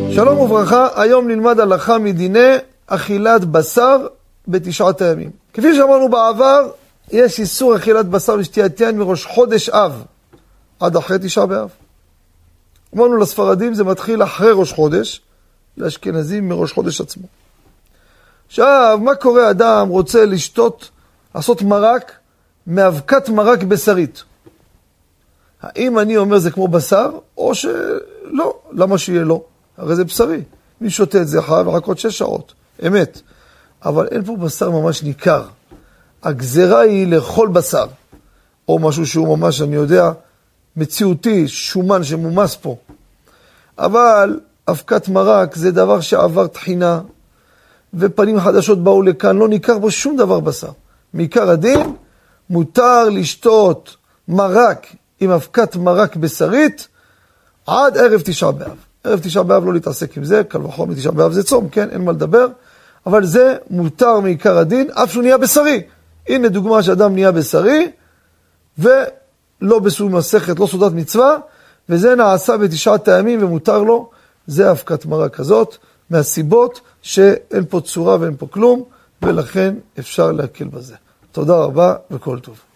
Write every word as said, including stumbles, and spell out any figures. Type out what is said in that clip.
שלום וברכה, היום נלמד הלכה מדיני אכילת בשר בתשעת הימים. כפי שאמרנו בעבר, יש איסור אכילת בשר ושתיית יין מראש חודש אב עד אחרי תשעה באב. אמרנו לספרדים זה מתחיל אחרי ראש חודש, לאשכנזים מראש חודש עצמו. עכשיו, מה קורה? אדם רוצה לשתות, לעשות מרק, מאבקת מרק בשרית. האם אני אומר זה כמו בשר, או שלא? למה שיהיה לא? הרי זה בשרי. מי שותה את זה חייב לחכות שש שעות. אמת. אבל אין פה בשר ממש ניכר. הגזרה היא לאכול בשר. או משהו שהוא ממש, אני יודע, מציאותי, שומן שמומס פה. אבל אבקת מרק זה דבר שעבר תחינה, ופנים חדשות באו לכאן, לא ניכר בו שום דבר בשר. מעיקר הדין, מותר לשתות מרק עם אבקת מרק בשרית, עד ערב תשעה באב. ערב תשעה באב לא להתעסק עם זה, קל וחומר תשעה באב זה צום, כן, אין מה לדבר, אבל זה מותר מעיקר הדין, אף שהוא נהיה בשרי. הנה דוגמה שאדם נהיה בשרי, ולא בסעוד מסכת, לא סעודת מצווה, וזה נעשה בתשעת הימים ומותר לו, זה אבקת מרק כזאת, מהסיבות שאין פה צורה ואין פה כלום, ולכן אפשר להקל בזה. תודה רבה וכל טוב.